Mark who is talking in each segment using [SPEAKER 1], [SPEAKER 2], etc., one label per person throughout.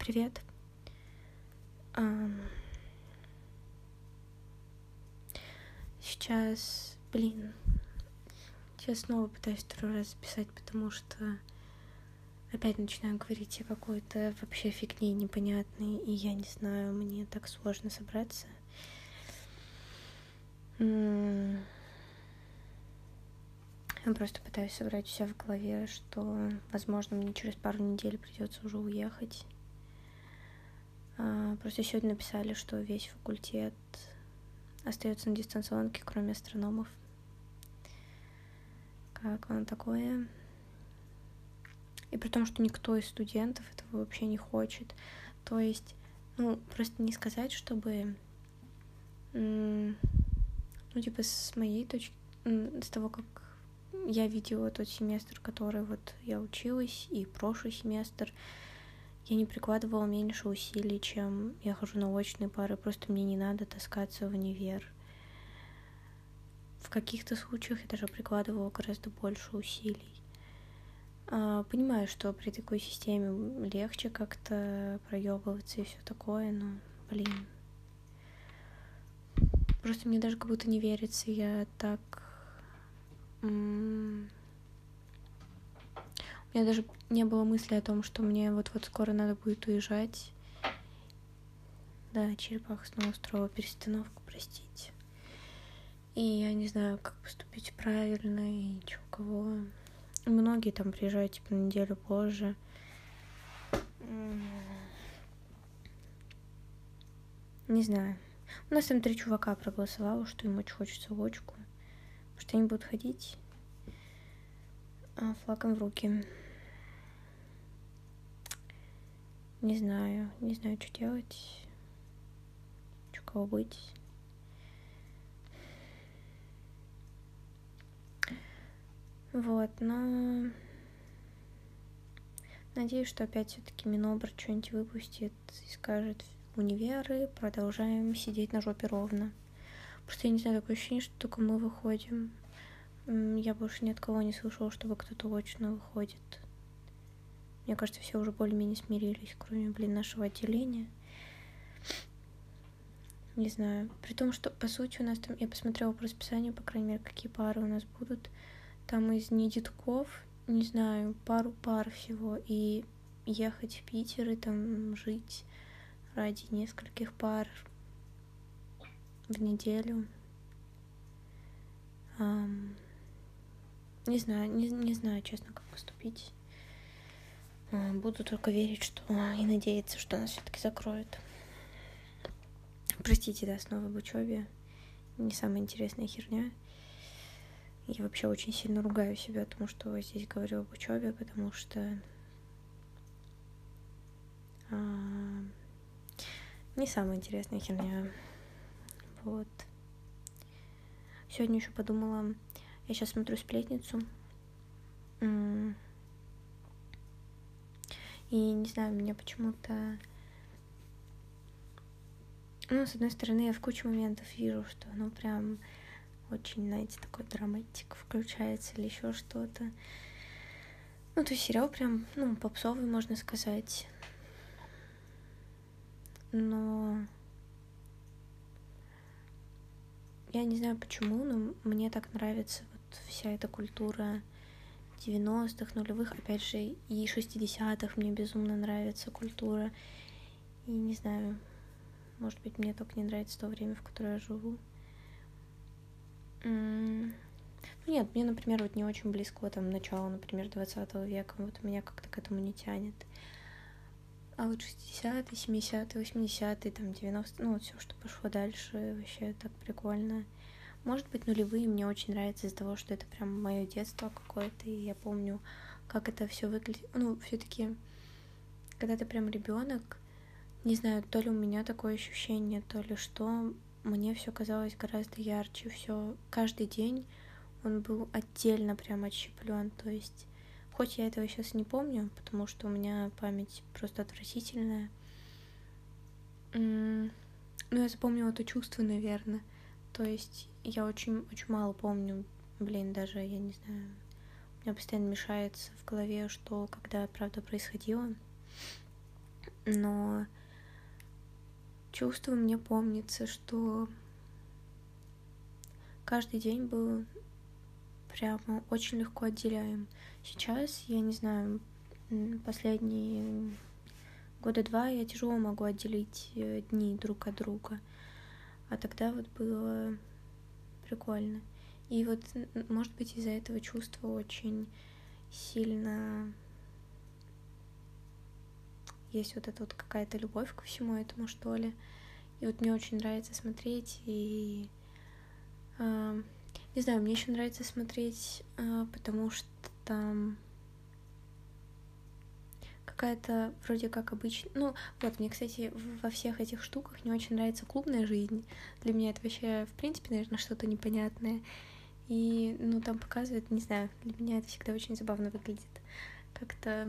[SPEAKER 1] Привет. Ам, Сейчас, сейчас снова пытаюсь второй раз записать, потому что опять начинаю говорить о какой-то вообще фигне непонятной, и я не знаю, мне так сложно собраться. Я просто пытаюсь собрать все в голове, что, возможно, мне через пару недель придется уже уехать. Просто сегодня написали, что весь факультет остается на дистанционке, кроме астрономов. Как вам такое? И при том, что никто из студентов этого вообще не хочет. То есть, просто не сказать, чтобы, с моей точки, с того, как я видела тот семестр, который вот я училась, и прошлый семестр, я не прикладывала меньше усилий, чем я хожу на очные пары, просто мне не надо таскаться в универ. В каких-то случаях я даже прикладывала гораздо больше усилий. Понимаю, что при такой системе легче как-то проебываться и все такое, но, просто мне даже как будто не верится, я так... У меня даже не было мысли о том, что мне вот-вот скоро надо будет уезжать. Да, черепаха снова устроила перестановку, простите. И я не знаю, как поступить правильно и чё, кого. Многие там приезжают, типа, на неделю позже. Не знаю. У нас там 3 чувака проголосовало, что им очень хочется очку. Потому что они будут ходить флагом в руки. Не знаю, что делать. Чё, кого быть. Вот, но... Надеюсь, что опять все-таки Минобр что-нибудь выпустит и скажет: универы, продолжаем сидеть на жопе ровно. Просто я не знаю, такое ощущение, что только мы выходим. Я больше ни от кого не слышала, чтобы кто-то очно выходит. Мне кажется, все уже более-менее смирились, кроме, нашего отделения. Не знаю. При том, что, по сути, у нас там... Я посмотрела по расписанию, по крайней мере, какие пары у нас будут. Там из недитков, не знаю, пару пар всего. И ехать в Питер и там жить ради нескольких пар в неделю. Не знаю, честно, как поступить. Буду только верить, что и надеяться, что нас все-таки закроют. Простите, да, снова об учебе. Не самая интересная херня. Я вообще очень сильно ругаю себя, потому что здесь говорю об учебе, потому что не самая интересная херня. Вот. Сегодня еще подумала, я сейчас смотрю «Сплетницу». И не знаю, меня почему-то... с одной стороны, я в кучу моментов вижу, что прям очень, знаете, такой драматик включается или еще что-то. То есть сериал прям, попсовый, можно сказать. Но я не знаю почему, но мне так нравится вот вся эта культура 90-х, нулевых, опять же, и 60-х мне безумно нравится культура. И не знаю, может быть, мне только не нравится то время, в которое я живу. Нет, мне, например, вот не очень близко там начало, например, 20 века, вот меня как-то к этому не тянет. А вот 60-е, 70-е, 80-е, там 90-е, вот все, что пошло дальше, вообще так прикольно. Может быть, нулевые мне очень нравится из-за того, что это прям мое детство какое-то, и я помню, как это все выглядит. Все-таки, когда ты прям ребенок, не знаю, то ли у меня такое ощущение, то ли что, мне все казалось гораздо ярче, все каждый день он был отдельно прям отщеплен, то есть, хоть я этого сейчас не помню, потому что у меня память просто отвратительная, но я запомнила это чувство, наверное, то есть я очень мало помню, даже, я не знаю, у меня постоянно мешается в голове, что когда правда происходило. но чувство мне помнится, что каждый день был прямо очень легко отделяем. Сейчас, я не знаю, последние года 2 я тяжело могу отделить дни друг от друга. А тогда вот было прикольно. И вот, может быть, из-за этого чувства очень сильно есть вот эта вот какая-то любовь ко всему этому, что ли. И вот мне очень нравится смотреть, и не знаю, мне еще нравится смотреть, потому что там какая-то вроде как обычно... Ну, вот, мне, кстати, во всех этих штуках не очень нравится клубная жизнь. Для меня это вообще, в принципе, наверное, что-то непонятное. И, ну, там показывают, не знаю, для меня это всегда очень забавно выглядит. Как-то...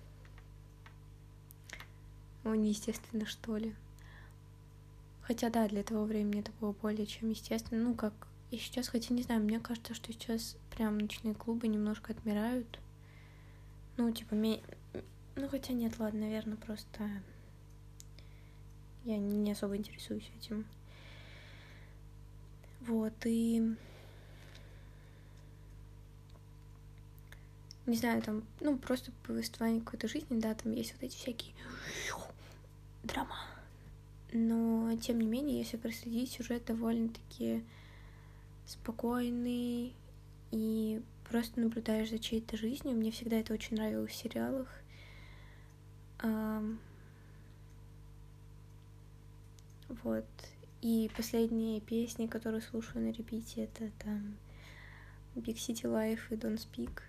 [SPEAKER 1] Ну, неестественно, что ли. Хотя, да, для того времени это было более чем естественно. Ну, как и сейчас, хотя, не знаю, мне кажется, что сейчас прям ночные клубы немножко отмирают. Ну, типа, ну, хотя нет, ладно, наверное, просто я не особо интересуюсь этим. Вот, и... Не знаю, там, ну, просто повествование какой-то жизни, да, там есть вот эти всякие драма. Но, тем не менее, если проследить, сюжет довольно-таки спокойный, и просто наблюдаешь за чьей-то жизнью. Мне всегда это очень нравилось в сериалах. Вот. И последние песни, которые слушаю на репите, это там Big City Life и Don't Speak.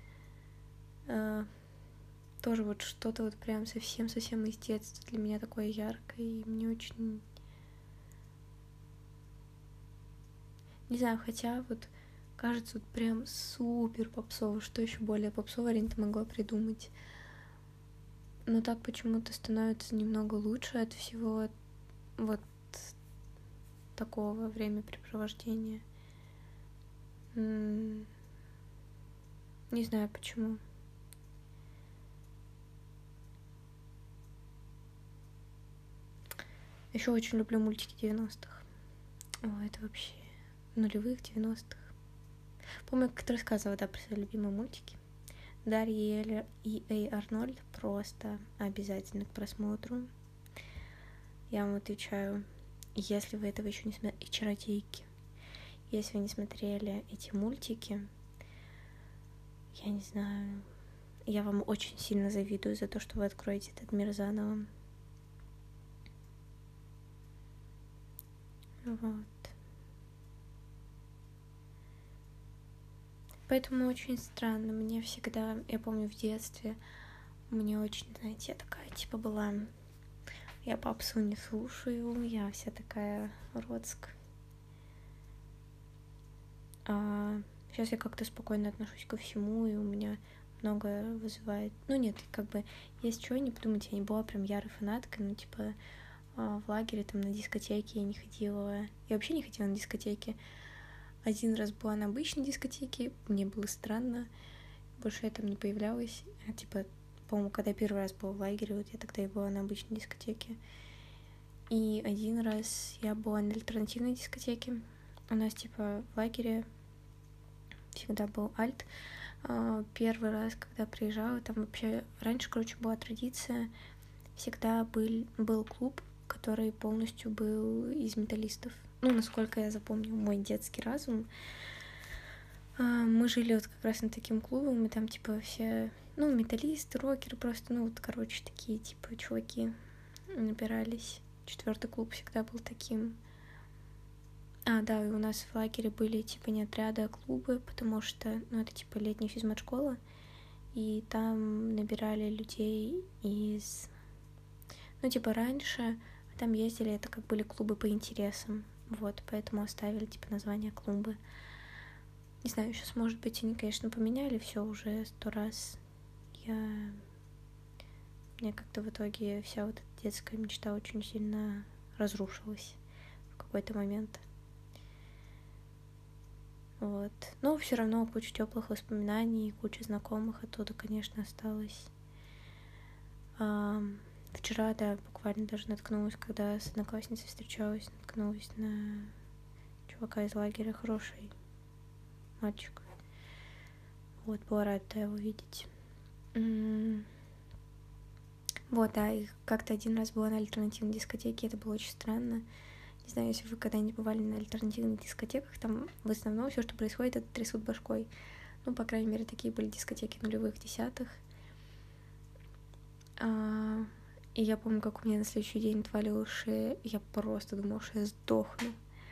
[SPEAKER 1] Тоже вот что-то вот прям совсем-совсем из детства для меня такое яркое, и мне очень... Не знаю, хотя вот кажется вот прям супер попсово, что еще более попсово Ринта могла придумать. Но так почему-то становится немного лучше от всего вот такого времяпрепровождения. Не знаю почему. Еще очень люблю мультики 90-х. О, это вообще нулевых 90-х. Помню, как ты рассказывала, да, про свои любимые мультики. Дарья и Эй Арнольд просто обязательно к просмотру. Я вам отвечаю, если вы этого еще не смотрели, и Чародейки. Если вы не смотрели эти мультики, я не знаю, я вам очень сильно завидую за то, что вы откроете этот мир заново. Вот. Поэтому очень странно. Мне всегда, я помню в детстве, мне очень, знаете, я такая типа была, я попсу не слушаю, я вся такая родск. Сейчас я как-то спокойно отношусь ко всему, и у меня многое вызывает... Ну нет, как бы, есть чего, не подумайте, я не была прям ярой фанаткой, но типа в лагере, там, на дискотеке я не ходила. Я вообще не ходила на дискотеки. Один раз была на обычной дискотеке, мне было странно, больше я там не появлялась. Типа, по-моему, когда первый раз была в лагере, вот я тогда и была на обычной дискотеке. И один раз я была на альтернативной дискотеке. У нас, типа, в лагере всегда был альт. Первый раз, когда приезжала, там вообще... Раньше, короче, была традиция. Всегда был клуб, который полностью был из металлистов. Ну, насколько я запомню мой детский разум. Мы жили вот как раз над таким клубом, и там, типа, все... Ну, металлисты, рокеры просто, ну, вот, короче, такие, типа, чуваки набирались. 4-й клуб всегда был таким. Да, и у нас в лагере были, типа, не отряды, а клубы, потому что, ну, это, типа, летняя физмат-школа, и там набирали людей из... Ну, типа, раньше там ездили, это как были клубы по интересам, вот, поэтому оставили, типа, название клубы. Не знаю, сейчас, может быть, они, конечно, поменяли все уже 100 раз. Мне как-то в итоге вся вот эта детская мечта очень сильно разрушилась в какой-то момент. Вот. Но все равно куча теплых воспоминаний, куча знакомых оттуда, конечно, осталось. В вчера, да, буквально даже наткнулась, когда с одноклассницей встречалась, наткнулась на чувака из лагеря, хороший мальчик. Вот, была рада его видеть. Вот, да, и как-то один раз была на альтернативной дискотеке, это было очень странно. Не знаю, если вы когда-нибудь бывали на альтернативных дискотеках, там в основном все, что происходит, это трясут башкой. Ну, по крайней мере, такие были дискотеки нулевых, десятых. И я помню, как у меня на следующий день отвалилась шея, я просто думала, что я сдохну.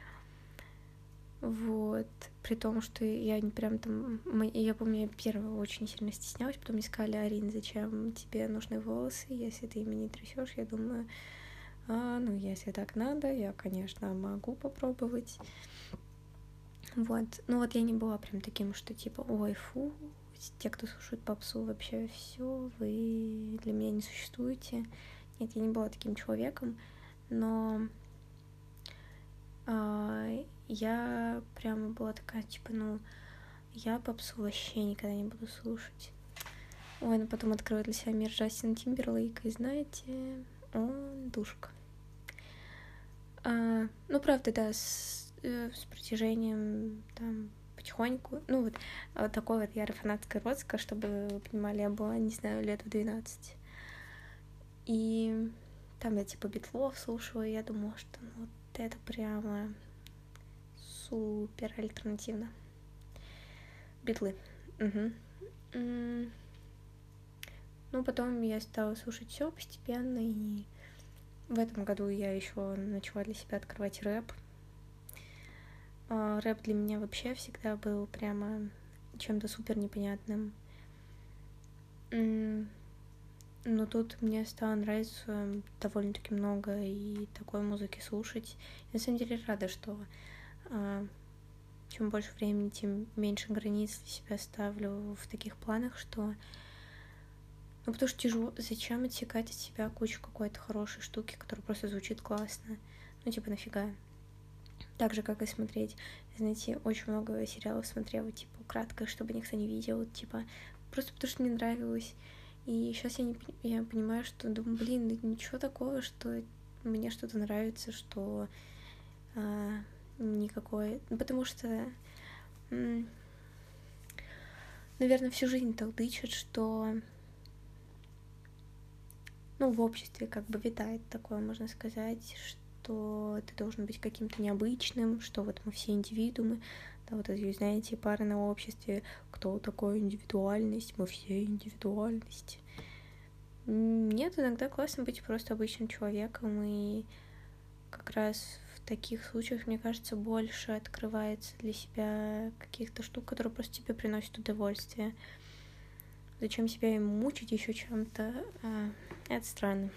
[SPEAKER 1] Вот. При том, что я не прям там... Я помню, я первого очень сильно стеснялась, потом мне сказали: Арин, зачем тебе нужны волосы, если ты ими не трясешь? Я думаю, ну, если так надо, я, конечно, могу попробовать. Вот. Ну, вот я не была прям таким, что типа, ой, фу, те, кто слушает попсу, вообще все, вы для меня не существуете. Нет, я не была таким человеком, но я прямо была такая, типа, ну, я попсу вообще никогда не буду слушать. Ой, ну потом открыла для себя мир Джастина Тимберлейка, и знаете, он душка. Ну, правда, да, с протяжением, там, потихоньку, ну, вот такой вот ярый фанат Скородска, чтобы вы понимали, я была, не знаю, лет в 12. И там я, типа, Битлов слушала, и я думала, что ну, вот это прямо супер альтернативно. Битлы. Угу. Ну, потом я стала слушать все постепенно, и в этом году я еще начала для себя открывать рэп. Рэп для меня вообще всегда был прямо чем-то супер непонятным. Но тут мне стало нравиться довольно-таки много и такой музыки слушать. Я на самом деле рада, что чем больше времени, тем меньше границ для себя ставлю в таких планах, что... Ну, потому что тяжело. Зачем отсекать от себя кучу какой-то хорошей штуки, которая просто звучит классно? Ну, типа, нафига? Так же, как и смотреть. Знаете, очень много сериалов смотрела, типа, кратко, чтобы никто не видел, типа, просто потому что мне нравилось. И сейчас я понимаю, что думаю, блин, да ничего такого, что мне что-то нравится, что никакой... Потому что, наверное, всю жизнь толдычат, что... Ну, в обществе как бы витает такое, можно сказать, что ты должен быть каким-то необычным, что вот мы все индивидуумы, да, вот эти, знаете, пары на обществе, кто такой индивидуальность, мы все индивидуальность. Нет, иногда классно быть просто обычным человеком, и как раз в таких случаях, мне кажется, больше открывается для себя каких-то штук, которые просто тебе приносят удовольствие. Зачем себя им мучить еще чем-то? Это странно.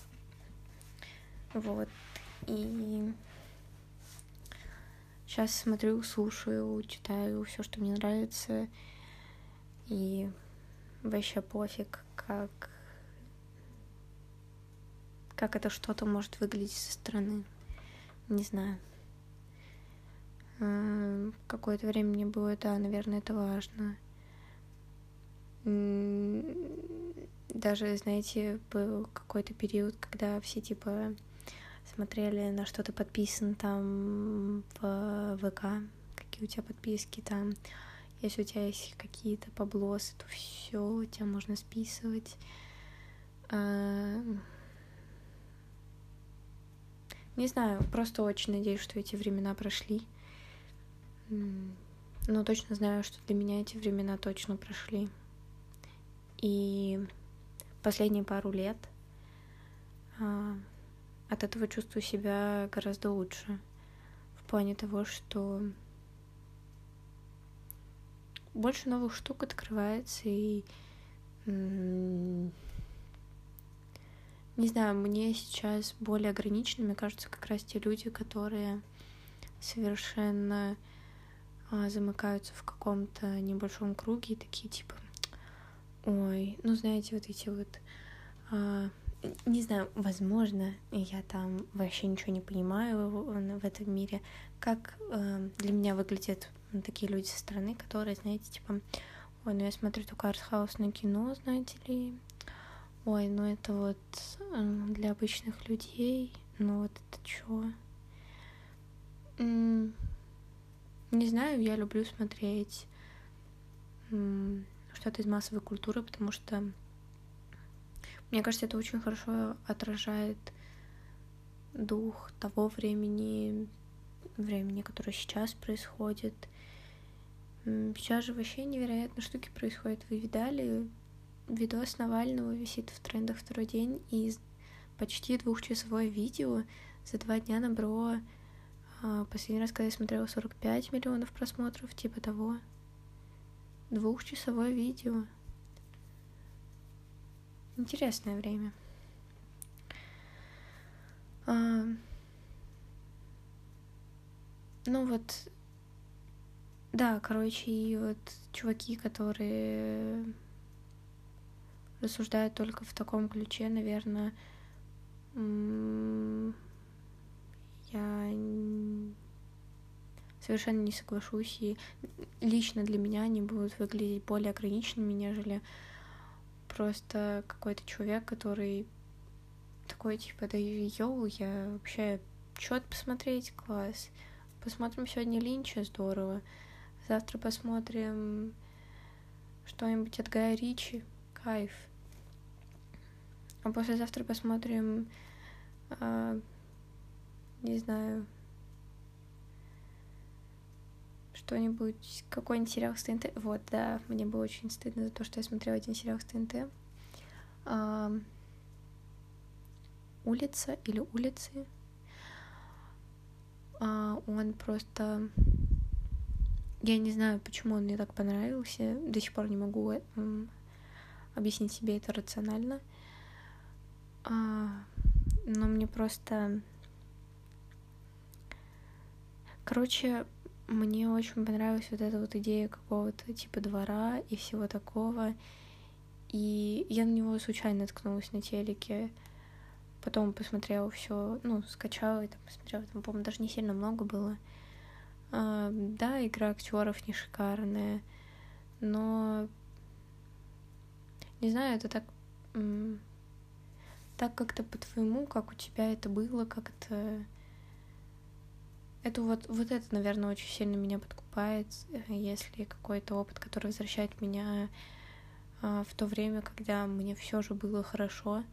[SPEAKER 1] Вот. И сейчас смотрю, слушаю, читаю все, что мне нравится. И вообще пофиг, как это что-то может выглядеть со стороны. Не знаю. Какое-то время мне было, да, наверное, это важно. Даже, знаете, был какой-то период, когда все, типа, смотрели, на что ты подписан там в ВК, какие у тебя подписки там. Если у тебя есть какие-то поблосы, то все, тебя можно списывать. Не знаю, просто очень надеюсь, что эти времена прошли. Но точно знаю, что для меня эти времена точно прошли. И последние пару лет от этого чувствую себя гораздо лучше. В плане того, что больше новых штук открывается, и не знаю, мне сейчас более ограниченными кажутся как раз те люди, которые совершенно замыкаются в каком-то небольшом круге и такие типа, ой, ну знаете, вот эти вот, не знаю, возможно, я там вообще ничего не понимаю в этом мире, как для меня выглядят такие люди со стороны, которые, знаете, типа, ой, ну я смотрю только артхаусное кино, знаете ли, Ой, ну это вот для обычных людей, ну вот это чё? Не знаю, я люблю смотреть что-то из массовой культуры, потому что, мне кажется, это очень хорошо отражает дух того времени, которое сейчас происходит. Сейчас же вообще невероятно штуки происходят. Вы видали? Видос Навального висит в трендах второй день, и почти 2-часовое видео за 2 дня набрало, последний раз, когда я смотрела, 45 миллионов просмотров, типа того. 2-часовое видео. Интересное время. Ну вот, да, короче, и вот чуваки, которые рассуждают только в таком ключе, наверное, я совершенно не соглашусь, и лично для меня они будут выглядеть более ограниченными, нежели просто какой-то человек, который такой, типа, да йоу, я вообще чё-то посмотреть, класс. Посмотрим сегодня Линча, здорово. Завтра посмотрим что-нибудь от Гая Ричи, кайф. А послезавтра посмотрим, не знаю, что-нибудь, какой-нибудь сериал с ТНТ. Вот, да, мне было очень стыдно за то, что я смотрела один сериал с ТНТ. «Улица» или «Улицы». Он просто... Я не знаю, почему он мне так понравился. До сих пор не могу объяснить себе это рационально. Но мне просто... Короче, мне очень понравилась вот эта вот идея какого-то типа двора и всего такого. И я на него случайно наткнулась на телеке. Потом посмотрела все, скачала и там посмотрела. Там, по-моему, даже не сильно много было. Да, игра актеров не шикарная, но не знаю, это так как-то по-твоему, как у тебя это было, как это вот это, наверное, очень сильно меня подкупает, если какой-то опыт, который возвращает меня в то время, когда мне все же было хорошо,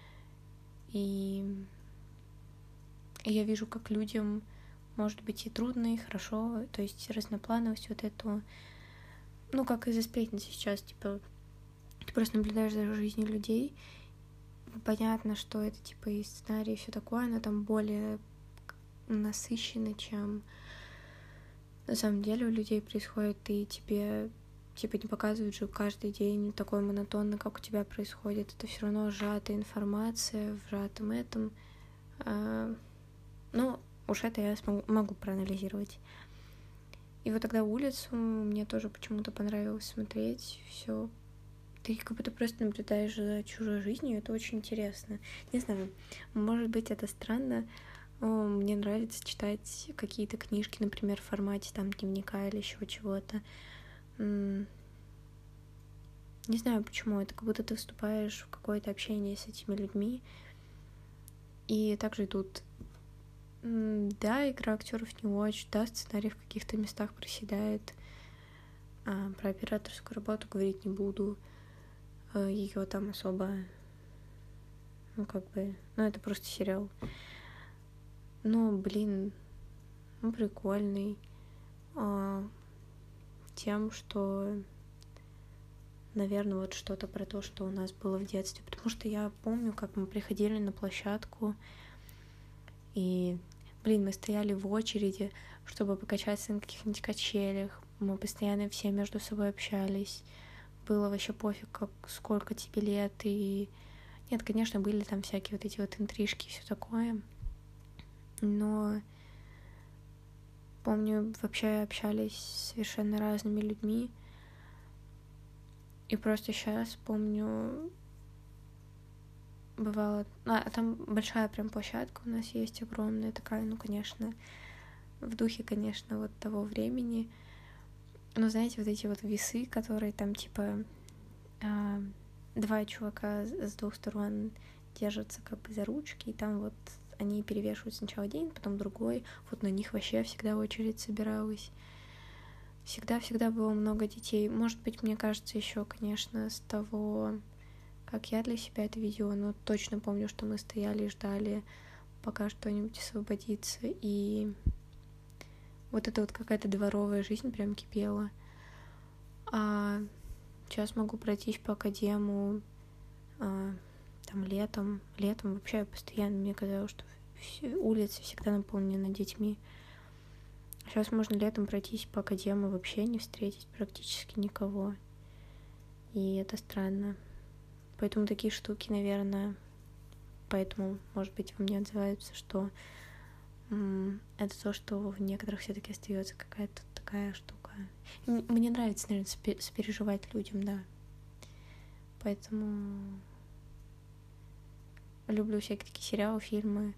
[SPEAKER 1] и я вижу, как людям может быть и трудно, и хорошо, то есть разноплановость вот эту, как из-за сплетницы сейчас, типа, ты просто наблюдаешь за жизнью людей, понятно, что это, типа, и сценарий, и все такое, но там более насыщенно, чем на самом деле у людей происходит, и тебе, типа, не показывают же каждый день такой монотонно, как у тебя происходит, это все равно сжатая информация в сжатом этом, уж это я могу проанализировать. И вот тогда «Улицу» мне тоже почему-то понравилось смотреть. Все. Ты как будто просто наблюдаешь за чужой жизнью, это очень интересно. Не знаю, может быть, это странно. Мне нравится читать какие-то книжки, например, в формате там дневника или еще чего-то. Не знаю, почему. Это как будто ты вступаешь в какое-то общение с этими людьми. И также тут да, игра актеров не очень, да, сценарий в каких-то местах проседает. Про операторскую работу говорить не буду. Ее там особо, это просто сериал. Прикольный. Тем, что, наверное, вот что-то про то, что у нас было в детстве. Потому что я помню, как мы приходили на площадку, и, мы стояли в очереди, чтобы покачаться на каких-нибудь качелях. Мы постоянно все между собой общались. Было вообще пофиг, сколько тебе лет. И нет, конечно, были там всякие вот эти вот интрижки и все такое. Но помню, вообще общались с совершенно разными людьми. И просто сейчас помню, бывало... там большая прям площадка у нас есть, огромная такая, конечно, в духе, конечно, вот того времени. Но, знаете, вот эти вот весы, которые там, типа, два чувака с двух сторон держатся как бы за ручки, и там вот они перевешивают сначала один, потом другой. Вот на них вообще всегда очередь собиралась. Всегда было много детей. Может быть, мне кажется, еще, конечно, с того, как я для себя это видела, но точно помню, что мы стояли и ждали, пока что-нибудь освободится, и вот это вот какая-то дворовая жизнь прям кипела. А сейчас могу пройтись по академу там летом вообще постоянно мне казалось, что все улицы всегда наполнены детьми. Сейчас можно летом пройтись по академу, вообще не встретить практически никого. И это странно. Поэтому такие штуки, наверное, поэтому, может быть, во мне отзываются, что это то, что в некоторых все-таки остается какая-то такая штука. Мне нравится, наверное, сопереживать людям, да. Поэтому люблю всякие такие сериалы, фильмы,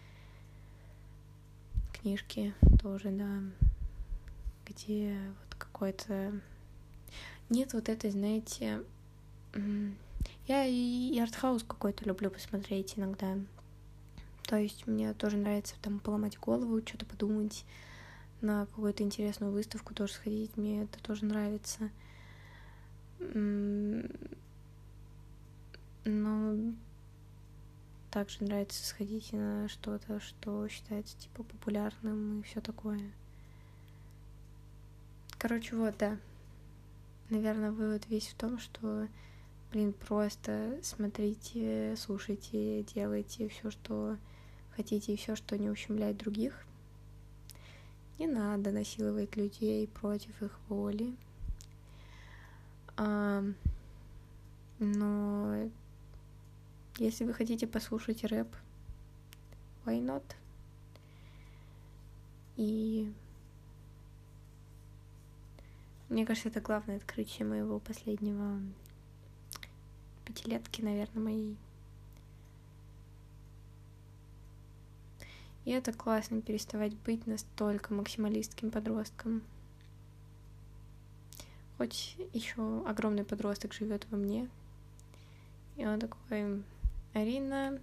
[SPEAKER 1] книжки тоже, да, где вот какой-то... Нет вот этой, знаете... Я и артхаус какой-то люблю посмотреть иногда. То есть мне тоже нравится там поломать голову, что-то подумать, на какую-то интересную выставку тоже сходить. Мне это тоже нравится. Но также нравится сходить на что-то, что считается типа популярным и все такое. Короче, вот, да. Наверное, вывод весь в том, что, просто смотрите, слушайте, делайте все, что хотите, и все, что не ущемляет других. Не надо насиловать людей против их воли. Но если вы хотите послушать рэп, why not? И мне кажется, это главное открытие моего последнего пятилетки, наверное, моей. И это классно, переставать быть настолько максималистским подростком. Хоть еще огромный подросток живет во мне. И он такой: Арина,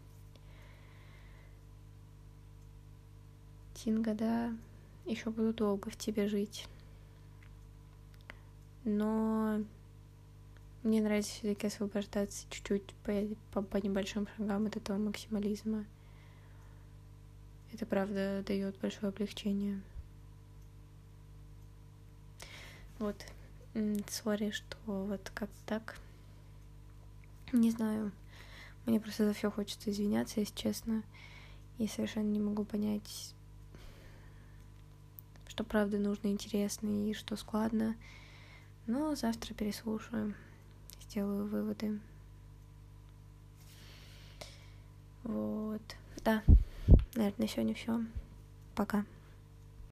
[SPEAKER 1] Тинга, да, еще буду долго в тебе жить. Но мне нравится все-таки освобождаться чуть-чуть по небольшим шагам от этого максимализма. Это, правда, дает большое облегчение. Вот. Сори, что вот как-то так. Не знаю. Мне просто за все хочется извиняться, если честно. И совершенно не могу понять, что правда нужно, интересно и что складно. Но завтра переслушаю. Сделаю выводы. Вот. Да. Наверное, на сегодня все. Пока.